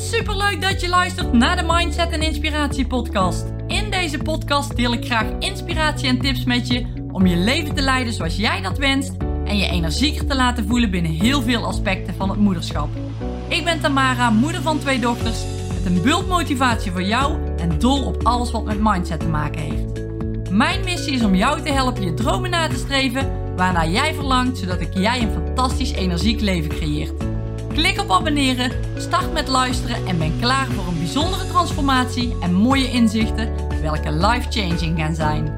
Superleuk dat je luistert naar de Mindset en Inspiratie podcast. In deze podcast deel ik graag inspiratie en tips met je om je leven te leiden zoals jij dat wenst en je energieker te laten voelen binnen heel veel aspecten van het moederschap. Ik ben Tamara, moeder van 2 dochters, met een bult motivatie voor jou en dol op alles wat met mindset te maken heeft. Mijn missie is om jou te helpen je dromen na te streven, waarnaar jij verlangt, zodat ik jij een fantastisch energiek leven creëert. Klik op abonneren, start met luisteren en ben klaar voor een bijzondere transformatie en mooie inzichten, welke life-changing gaan zijn.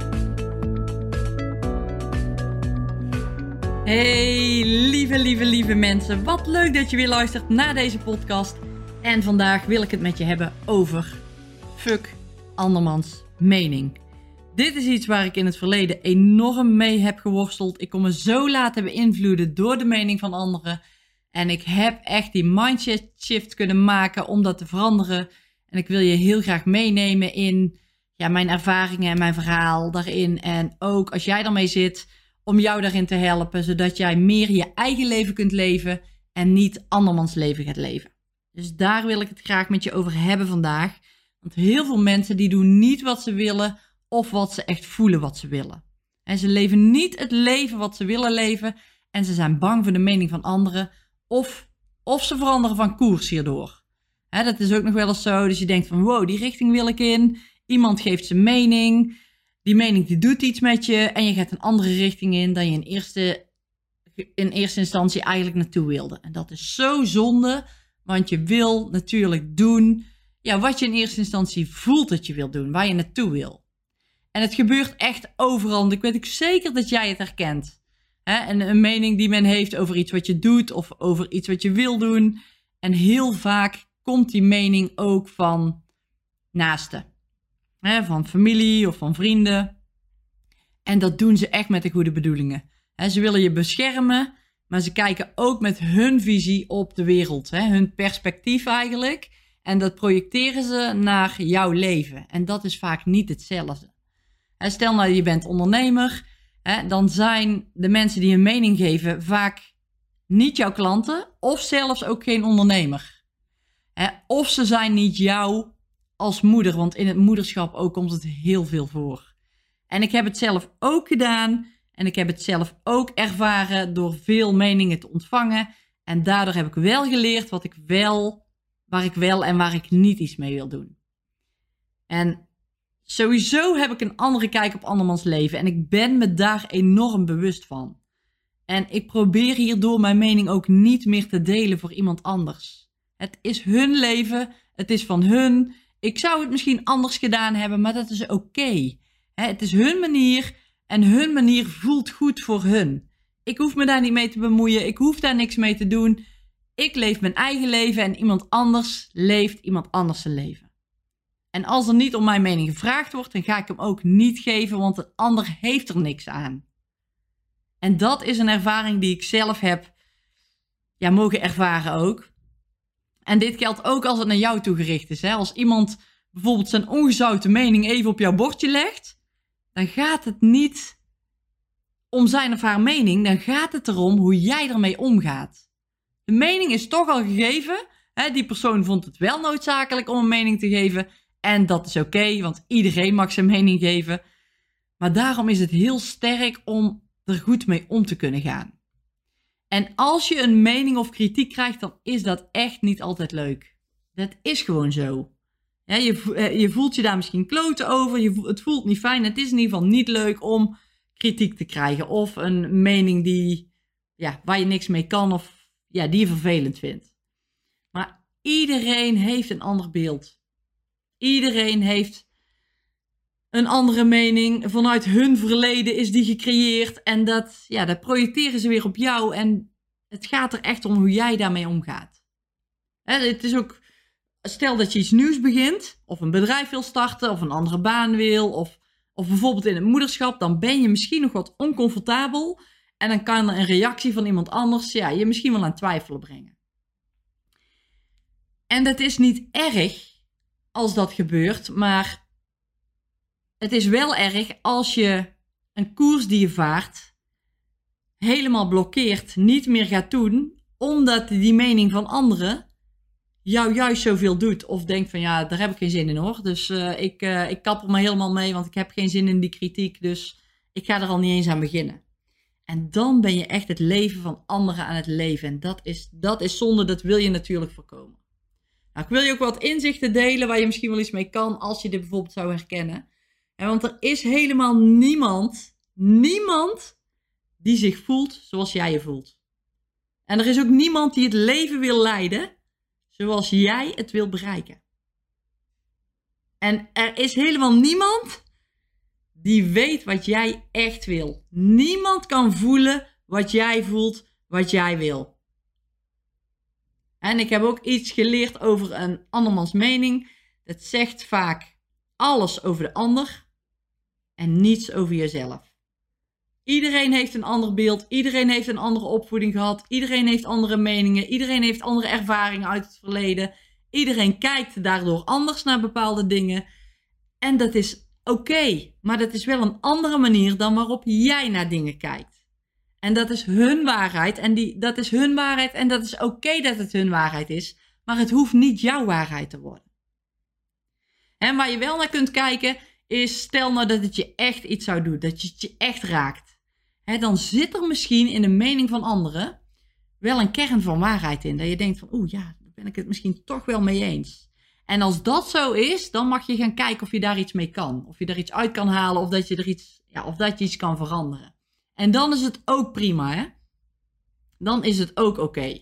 Hey lieve mensen, wat leuk dat je weer luistert naar deze podcast. En vandaag wil ik het met je hebben over fuck andermans mening. Dit is iets waar ik in het verleden enorm mee heb geworsteld. Ik kon me zo laten beïnvloeden door de mening van anderen. En ik heb echt die mindset shift kunnen maken om dat te veranderen. En ik wil je heel graag meenemen in mijn ervaringen en mijn verhaal daarin. En ook als jij daarmee zit, om jou daarin te helpen. Zodat jij meer je eigen leven kunt leven en niet andermans leven gaat leven. Dus daar wil ik het graag met je over hebben vandaag. Want heel veel mensen die doen niet wat ze willen of wat ze echt voelen wat ze willen. En ze leven niet het leven wat ze willen leven. En ze zijn bang voor de mening van anderen. Of ze veranderen van koers hierdoor. Dat is ook nog wel eens zo. Dus je denkt van wow, die richting wil ik in. Iemand geeft zijn mening. Die mening die doet iets met je. En je gaat een andere richting in dan je in eerste instantie eigenlijk naartoe wilde. En dat is zo zonde. Want je wil natuurlijk doen wat je in eerste instantie voelt dat je wil doen. Waar je naartoe wil. En het gebeurt echt overal. Ik weet ook zeker dat jij het herkent. En een mening die men heeft over iets wat je doet of over iets wat je wil doen. En heel vaak komt die mening ook van naasten. Van familie of van vrienden. En dat doen ze echt met de goede bedoelingen. Ze willen je beschermen, maar ze kijken ook met hun visie op de wereld. Hun perspectief eigenlijk. En dat projecteren ze naar jouw leven. En dat is vaak niet hetzelfde. Stel nou je bent ondernemer. Dan zijn de mensen die een mening geven vaak niet jouw klanten of zelfs ook geen ondernemer. Of ze zijn niet jou als moeder, want in het moederschap ook komt het heel veel voor. En ik heb het zelf ook gedaan en ik heb het zelf ook ervaren door veel meningen te ontvangen. En daardoor heb ik wel geleerd waar ik wel en waar ik niet iets mee wil doen. En sowieso heb ik een andere kijk op andermans leven en ik ben me daar enorm bewust van. En ik probeer hierdoor mijn mening ook niet meer te delen voor iemand anders. Het is hun leven, het is van hun. Ik zou het misschien anders gedaan hebben, maar dat is oké. Het is hun manier en hun manier voelt goed voor hun. Ik hoef me daar niet mee te bemoeien, ik hoef daar niks mee te doen. Ik leef mijn eigen leven en iemand anders leeft iemand anders zijn leven. En als er niet om mijn mening gevraagd wordt, dan ga ik hem ook niet geven, want een ander heeft er niks aan. En dat is een ervaring die ik zelf heb mogen ervaren ook. En dit geldt ook als het naar jou toegericht is. Als iemand bijvoorbeeld zijn ongezouten mening even op jouw bordje legt, dan gaat het niet om zijn of haar mening, dan gaat het erom hoe jij ermee omgaat. De mening is toch al gegeven. Die persoon vond het wel noodzakelijk om een mening te geven. En dat is oké, want iedereen mag zijn mening geven. Maar daarom is het heel sterk om er goed mee om te kunnen gaan. En als je een mening of kritiek krijgt, dan is dat echt niet altijd leuk. Dat is gewoon zo. Je voelt je daar misschien kloten over, het voelt niet fijn. Het is in ieder geval niet leuk om kritiek te krijgen. Of een mening waar je niks mee kan of die je vervelend vindt. Maar iedereen heeft een ander beeld. Iedereen heeft een andere mening. Vanuit hun verleden is die gecreëerd. En dat projecteren ze weer op jou. En het gaat er echt om hoe jij daarmee omgaat. Het is ook, stel dat je iets nieuws begint. Of een bedrijf wil starten. Of een andere baan wil. Of bijvoorbeeld in het moederschap. Dan ben je misschien nog wat oncomfortabel. En dan kan er een reactie van iemand anders je misschien wel aan twijfelen brengen. En dat is niet erg als dat gebeurt, maar het is wel erg als je een koers die je vaart helemaal blokkeert, niet meer gaat doen, omdat die mening van anderen jou juist zoveel doet. Of denkt van ja, daar heb ik geen zin in hoor. Dus ik kap er maar helemaal mee, want ik heb geen zin in die kritiek. Dus ik ga er al niet eens aan beginnen. En dan ben je echt het leven van anderen aan het leven. En dat is zonde, dat wil je natuurlijk voorkomen. Nou, ik wil je ook wat inzichten delen waar je misschien wel iets mee kan als je dit bijvoorbeeld zou herkennen. Want er is helemaal niemand die zich voelt zoals jij je voelt. En er is ook niemand die het leven wil leiden zoals jij het wil bereiken. En er is helemaal niemand die weet wat jij echt wil. Niemand kan voelen wat jij voelt, wat jij wil. En ik heb ook iets geleerd over een andermans mening. Het zegt vaak alles over de ander en niets over jezelf. Iedereen heeft een ander beeld, iedereen heeft een andere opvoeding gehad, iedereen heeft andere meningen, iedereen heeft andere ervaringen uit het verleden. Iedereen kijkt daardoor anders naar bepaalde dingen. En dat is oké, maar dat is wel een andere manier dan waarop jij naar dingen kijkt. En dat is hun waarheid en dat is hun waarheid en dat is oké dat het hun waarheid is, maar het hoeft niet jouw waarheid te worden. En waar je wel naar kunt kijken is, stel nou dat het je echt iets zou doen, dat het je echt raakt. Dan zit er misschien in de mening van anderen wel een kern van waarheid in. Dat je denkt van, oeh ja, daar ben ik het misschien toch wel mee eens. En als dat zo is, dan mag je gaan kijken of je daar iets mee kan. Of je er iets uit kan halen of dat je iets kan veranderen. En dan is het ook prima, hè. Dan is het ook oké.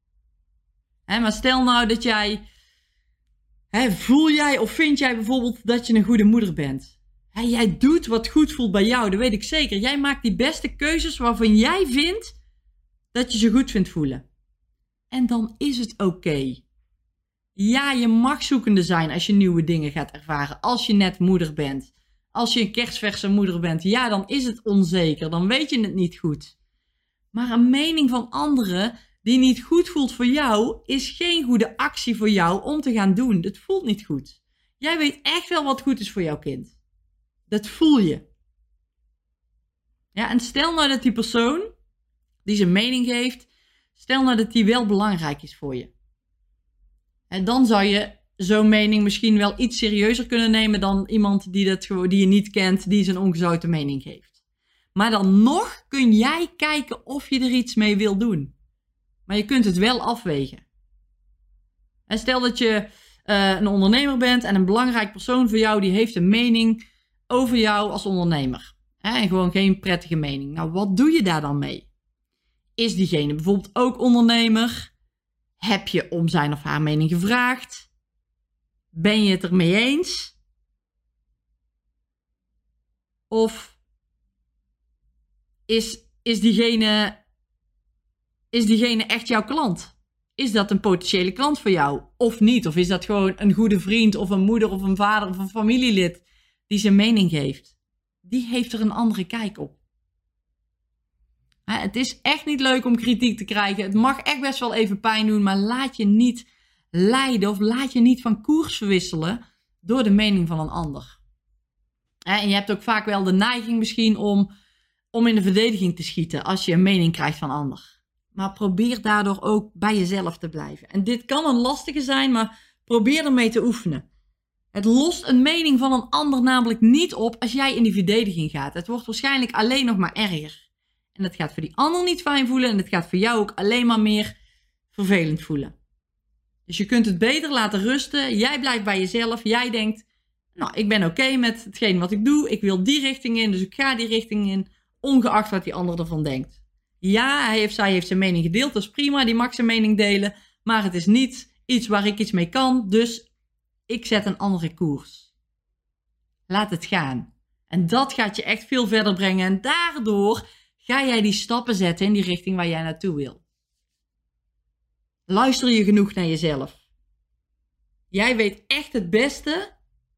Maar stel nou dat jij, voel jij of vind jij bijvoorbeeld dat je een goede moeder bent. Jij doet wat goed voelt bij jou, dat weet ik zeker. Jij maakt die beste keuzes waarvan jij vindt dat je ze goed vindt voelen. En dan is het oké. Ja, je mag zoekende zijn als je nieuwe dingen gaat ervaren. Als je net moeder bent. Als je een kerstverse moeder bent. Ja, dan is het onzeker. Dan weet je het niet goed. Maar een mening van anderen die niet goed voelt voor jou, is geen goede actie voor jou om te gaan doen. Dat voelt niet goed. Jij weet echt wel wat goed is voor jouw kind. Dat voel je. Ja, en stel nou dat die persoon die zijn mening geeft, stel nou dat die wel belangrijk is voor je. En dan zou je zo'n mening misschien wel iets serieuzer kunnen nemen dan iemand die je niet kent, die zijn ongezouten mening geeft. Maar dan nog kun jij kijken of je er iets mee wil doen. Maar je kunt het wel afwegen. En stel dat je een ondernemer bent en een belangrijk persoon voor jou die heeft een mening over jou als ondernemer. En gewoon geen prettige mening. Nou, wat doe je daar dan mee? Is diegene bijvoorbeeld ook ondernemer? Heb je om zijn of haar mening gevraagd? Ben je het ermee eens? Of is diegene echt jouw klant? Is dat een potentiële klant voor jou? Of niet? Of is dat gewoon een goede vriend of een moeder of een vader of een familielid die zijn mening geeft? Die heeft er een andere kijk op. Het is echt niet leuk om kritiek te krijgen. Het mag echt best wel even pijn doen, maar laat je niet leiden of laat je niet van koers verwisselen door de mening van een ander. En je hebt ook vaak wel de neiging misschien om in de verdediging te schieten als je een mening krijgt van een ander. Maar probeer daardoor ook bij jezelf te blijven. En dit kan een lastige zijn, maar probeer ermee te oefenen. Het lost een mening van een ander namelijk niet op als jij in die verdediging gaat. Het wordt waarschijnlijk alleen nog maar erger. En het gaat voor die ander niet fijn voelen en het gaat voor jou ook alleen maar meer vervelend voelen. Dus je kunt het beter laten rusten. Jij blijft bij jezelf. Jij denkt, nou, ik ben oké met hetgeen wat ik doe. Ik wil die richting in, dus ik ga die richting in. Ongeacht wat die ander ervan denkt. Ja, zij heeft zijn mening gedeeld. Dat is prima, die mag zijn mening delen. Maar het is niet iets waar ik iets mee kan. Dus ik zet een andere koers. Laat het gaan. En dat gaat je echt veel verder brengen. En daardoor ga jij die stappen zetten in die richting waar jij naartoe wil. Luister je genoeg naar jezelf? Jij weet echt het beste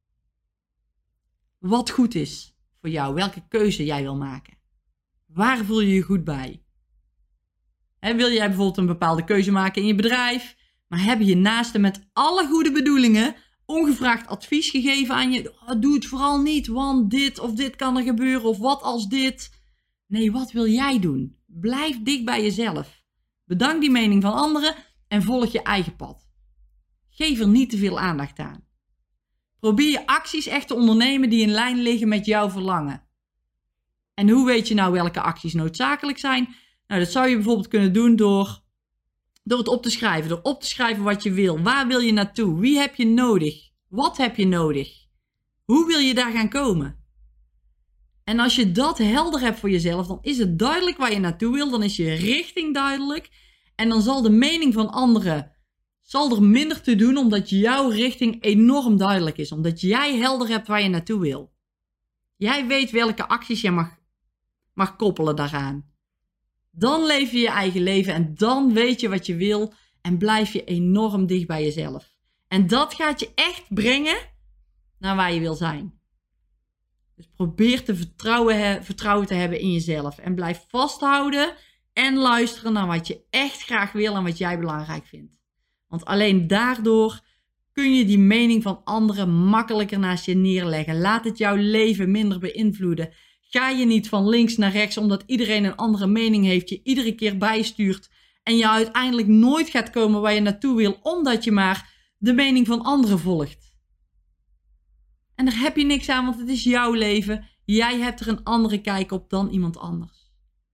wat goed is voor jou. Welke keuze jij wil maken. Waar voel je je goed bij? Wil jij bijvoorbeeld een bepaalde keuze maken in je bedrijf, maar hebben je naasten met alle goede bedoelingen ongevraagd advies gegeven aan je? Oh, doe het vooral niet, want dit of dit kan er gebeuren of wat als dit. Nee, wat wil jij doen? Blijf dicht bij jezelf. Bedank die mening van anderen en volg je eigen pad. Geef er niet te veel aandacht aan. Probeer je acties echt te ondernemen die in lijn liggen met jouw verlangen. En hoe weet je nou welke acties noodzakelijk zijn? Nou, dat zou je bijvoorbeeld kunnen doen door het op te schrijven. Door op te schrijven wat je wil. Waar wil je naartoe? Wie heb je nodig? Wat heb je nodig? Hoe wil je daar gaan komen? En als je dat helder hebt voor jezelf, dan is het duidelijk waar je naartoe wil. Dan is je richting duidelijk. En dan zal de mening van anderen er minder te doen, omdat jouw richting enorm duidelijk is. Omdat jij helder hebt waar je naartoe wil. Jij weet welke acties je mag koppelen daaraan. Dan leef je je eigen leven en dan weet je wat je wil en blijf je enorm dicht bij jezelf. En dat gaat je echt brengen naar waar je wil zijn. Dus probeer te vertrouwen te hebben in jezelf. En blijf vasthouden en luisteren naar wat je echt graag wil en wat jij belangrijk vindt. Want alleen daardoor kun je die mening van anderen makkelijker naast je neerleggen. Laat het jouw leven minder beïnvloeden. Ga je niet van links naar rechts omdat iedereen een andere mening heeft, je iedere keer bijstuurt en je uiteindelijk nooit gaat komen waar je naartoe wil, omdat je maar de mening van anderen volgt. En daar heb je niks aan, want het is jouw leven. Jij hebt er een andere kijk op dan iemand anders.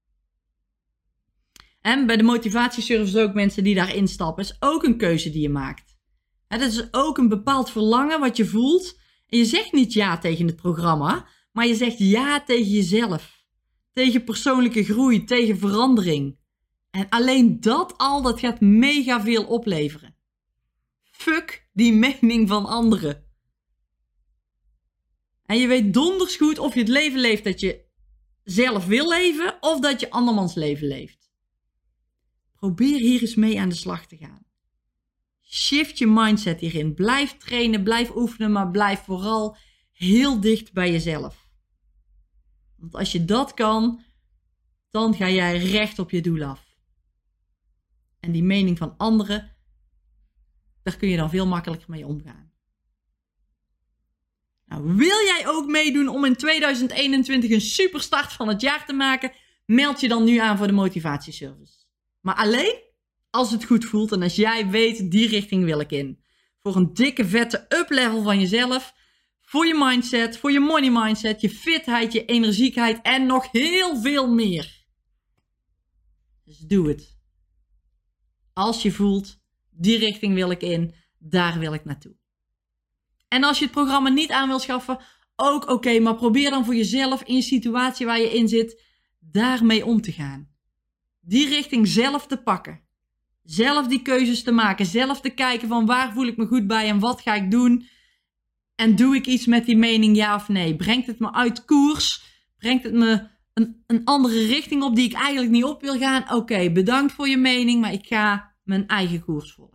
En bij de motivatieservice ook mensen die daarin stappen, is ook een keuze die je maakt. Dat is ook een bepaald verlangen wat je voelt. En je zegt niet ja tegen het programma, maar je zegt ja tegen jezelf. Tegen persoonlijke groei, tegen verandering. En alleen dat gaat mega veel opleveren. Fuck die mening van anderen. En je weet donders goed of je het leven leeft dat je zelf wil leven of dat je andermans leven leeft. Probeer hier eens mee aan de slag te gaan. Shift je mindset hierin. Blijf trainen, blijf oefenen, maar blijf vooral heel dicht bij jezelf. Want als je dat kan, dan ga jij recht op je doel af. En die mening van anderen, daar kun je dan veel makkelijker mee omgaan. Nou, wil jij ook meedoen om in 2021 een superstart van het jaar te maken? Meld je dan nu aan voor de motivatieservice. Maar alleen als het goed voelt en als jij weet, die richting wil ik in. Voor een dikke vette up-level van jezelf. Voor je mindset, voor je money mindset, je fitheid, je energiekheid en nog heel veel meer. Dus doe het. Als je voelt, die richting wil ik in, daar wil ik naartoe. En als je het programma niet aan wil schaffen, ook oké, maar probeer dan voor jezelf in je situatie waar je in zit, daarmee om te gaan. Die richting zelf te pakken. Zelf die keuzes te maken, zelf te kijken van waar voel ik me goed bij en wat ga ik doen. En doe ik iets met die mening, ja of nee? Brengt het me uit koers? Brengt het me een andere richting op die ik eigenlijk niet op wil gaan? Oké, bedankt voor je mening, maar ik ga mijn eigen koers volgen.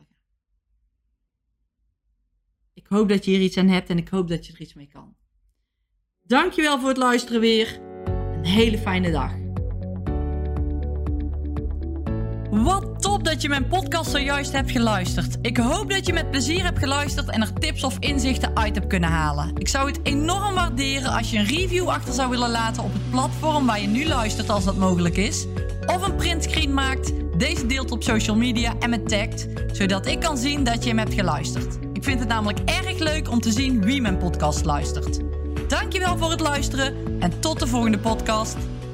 Ik hoop dat je hier iets aan hebt en ik hoop dat je er iets mee kan. Dankjewel voor het luisteren weer. Een hele fijne dag. Wat top dat je mijn podcast zojuist hebt geluisterd. Ik hoop dat je met plezier hebt geluisterd en er tips of inzichten uit hebt kunnen halen. Ik zou het enorm waarderen als je een review achter zou willen laten op het platform waar je nu luistert als dat mogelijk is. Of een printscreen maakt, deze deelt op social media en me tagt, zodat ik kan zien dat je hem hebt geluisterd. Ik vind het namelijk erg leuk om te zien wie mijn podcast luistert. Dankjewel voor het luisteren en tot de volgende podcast.